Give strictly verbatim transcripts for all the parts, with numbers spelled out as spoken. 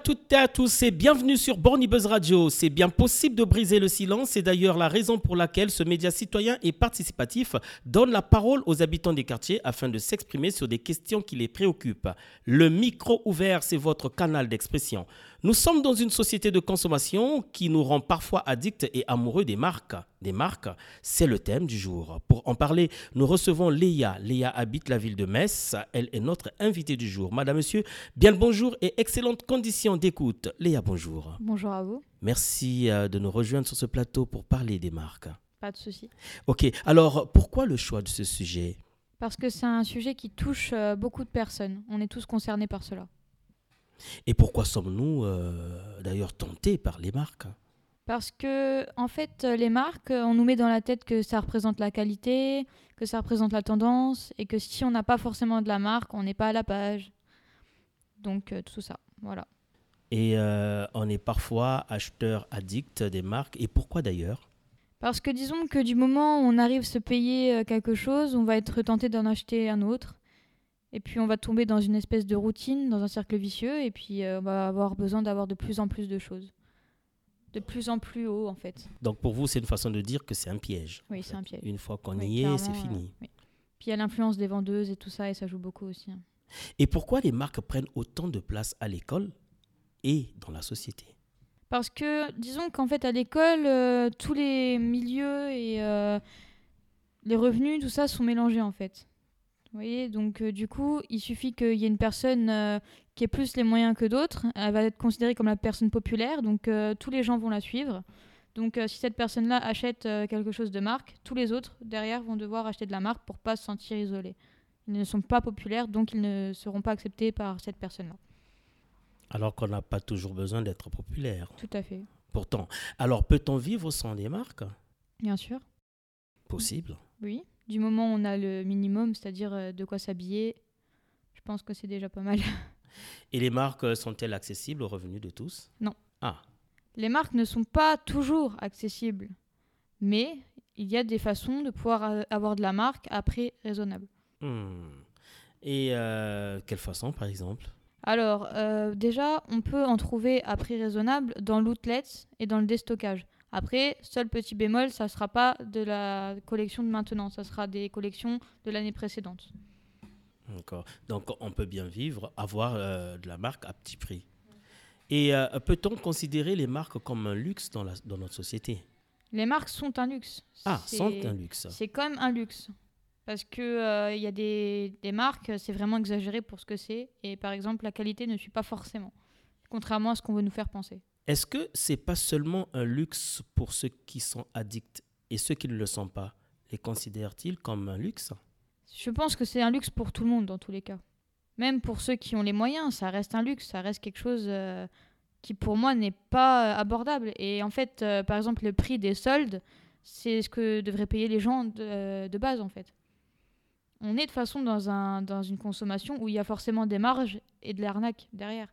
toutes et à tous et bienvenue sur Borny Buzz Radio. C'est bien possible de briser le silence. C'est d'ailleurs la raison pour laquelle ce média citoyen et participatif donne la parole aux habitants des quartiers afin de s'exprimer sur des questions qui les préoccupent. Le micro ouvert, c'est votre canal d'expression. Nous sommes dans une société de consommation qui nous rend parfois addicts et amoureux des marques. Des marques, c'est le thème du jour. Pour en parler, nous recevons Léa. Léa habite la ville de Metz. Elle est notre invitée du jour. Madame, monsieur, bien le bonjour et excellentes conditions d'écoute. Léa, bonjour. Bonjour à vous. Merci de nous rejoindre sur ce plateau pour parler des marques. Pas de souci. Ok, alors pourquoi le choix de ce sujet ? Parce que c'est un sujet qui touche beaucoup de personnes. On est tous concernés par cela. Et pourquoi sommes-nous euh, d'ailleurs tentés par les marques ? Parce que, en fait, les marques, on nous met dans la tête que ça représente la qualité, que ça représente la tendance, et que si on n'a pas forcément de la marque, on n'est pas à la page. Donc, euh, tout ça, voilà. Et euh, on est parfois acheteur addict des marques. Et pourquoi d'ailleurs ? Parce que disons que du moment où on arrive à se payer quelque chose, on va être tenté d'en acheter un autre. Et puis on va tomber dans une espèce de routine, dans un cercle vicieux, et puis euh, on va avoir besoin d'avoir de plus en plus de choses. De plus en plus haut, en fait. Donc pour vous, c'est une façon de dire que c'est un piège. Oui, c'est un piège. Une fois qu'on oui, y est, c'est fini. Euh, oui. Puis il y a l'influence des vendeuses et tout ça, et ça joue beaucoup aussi. Hein. Et pourquoi les marques prennent autant de place à l'école et dans la société ? Parce que, disons qu'en fait, à l'école, euh, tous les milieux et euh, les revenus, tout ça, sont mélangés, en fait. Vous voyez, donc euh, du coup, il suffit qu'il y ait une personne euh, qui ait plus les moyens que d'autres. Elle va être considérée comme la personne populaire, donc euh, tous les gens vont la suivre. Donc euh, si cette personne-là achète euh, quelque chose de marque, tous les autres, derrière, vont devoir acheter de la marque pour ne pas se sentir isolés. Ils ne sont pas populaires, donc ils ne seront pas acceptés par cette personne-là. Alors qu'on n'a pas toujours besoin d'être populaire. Tout à fait. Pourtant, alors peut-on vivre sans des marques ? Bien sûr. Possible. Oui. Du moment où on a le minimum, c'est-à-dire de quoi s'habiller, je pense que c'est déjà pas mal. Et les marques sont-elles accessibles aux revenus de tous ? Non. Ah. Les marques ne sont pas toujours accessibles, mais il y a des façons de pouvoir avoir de la marque à prix raisonnable. Hmm. Et euh, quelle façon, par exemple ? Alors, euh, déjà, on peut en trouver à prix raisonnable dans l'outlet et dans le déstockage. Après, seul petit bémol, ça ne sera pas de la collection de maintenant, ça sera des collections de l'année précédente. D'accord. Donc, on peut bien vivre, avoir euh, de la marque à petit prix. Et euh, peut-on considérer les marques comme un luxe dans, la, dans notre société ? Les marques sont un luxe. Ah, c'est, sont un luxe. C'est quand même un luxe. Parce qu'il euh, y a des, des marques, c'est vraiment exagéré pour ce que c'est. Et par exemple, la qualité ne suit pas forcément. Contrairement à ce qu'on veut nous faire penser. Est-ce que ce n'est pas seulement un luxe pour ceux qui sont addicts et ceux qui ne le sont pas ? Les considèrent-ils comme un luxe ? Je pense que c'est un luxe pour tout le monde dans tous les cas. Même pour ceux qui ont les moyens, ça reste un luxe. Ça reste quelque chose euh, qui pour moi n'est pas abordable. Et en fait, euh, par exemple, le prix des soldes, c'est ce que devraient payer les gens de, de base en fait. On est de toute façon dans, un, dans une consommation où il y a forcément des marges et de l'arnaque derrière.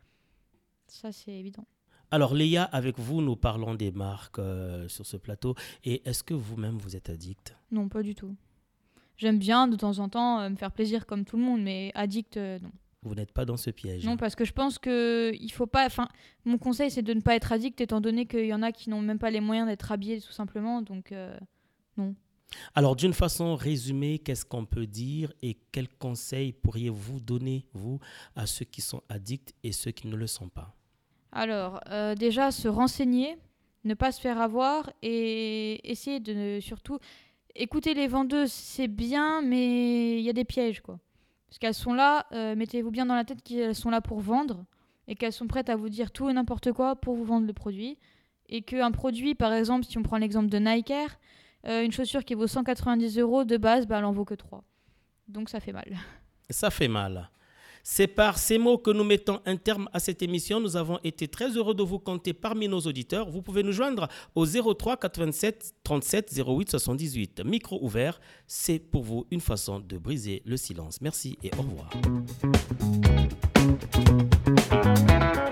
Ça, c'est évident. Alors Léa, avec vous, nous parlons des marques euh, sur ce plateau. Et est-ce que vous-même, vous êtes addict ? Non, pas du tout. J'aime bien de temps en temps euh, me faire plaisir comme tout le monde, mais addict, euh, non. Vous n'êtes pas dans ce piège ? Non, parce que je pense que il faut pas... Enfin, mon conseil, c'est de ne pas être addict, étant donné qu'il y en a qui n'ont même pas les moyens d'être habillés, tout simplement. Donc, euh, non. Alors, d'une façon résumée, qu'est-ce qu'on peut dire et quels conseils pourriez-vous donner, vous, à ceux qui sont addicts et ceux qui ne le sont pas ? Alors, euh, déjà, se renseigner, ne pas se faire avoir et essayer de ne, surtout... Écouter les vendeuses, c'est bien, mais il y a des pièges, quoi. Parce qu'elles sont là, euh, mettez-vous bien dans la tête qu'elles sont là pour vendre et qu'elles sont prêtes à vous dire tout et n'importe quoi pour vous vendre le produit. Et qu'un produit, par exemple, si on prend l'exemple de Nike Air, euh, une chaussure qui vaut cent quatre-vingt-dix euros de base, bah, elle en vaut que trois. Donc ça fait mal. Ça fait mal. C'est par ces mots que nous mettons un terme à cette émission. Nous avons été très heureux de vous compter parmi nos auditeurs. Vous pouvez nous joindre au zéro trois quatre-vingt-sept trente-sept zéro huit soixante-dix-huit. Micro ouvert, c'est pour vous une façon de briser le silence. Merci et au revoir.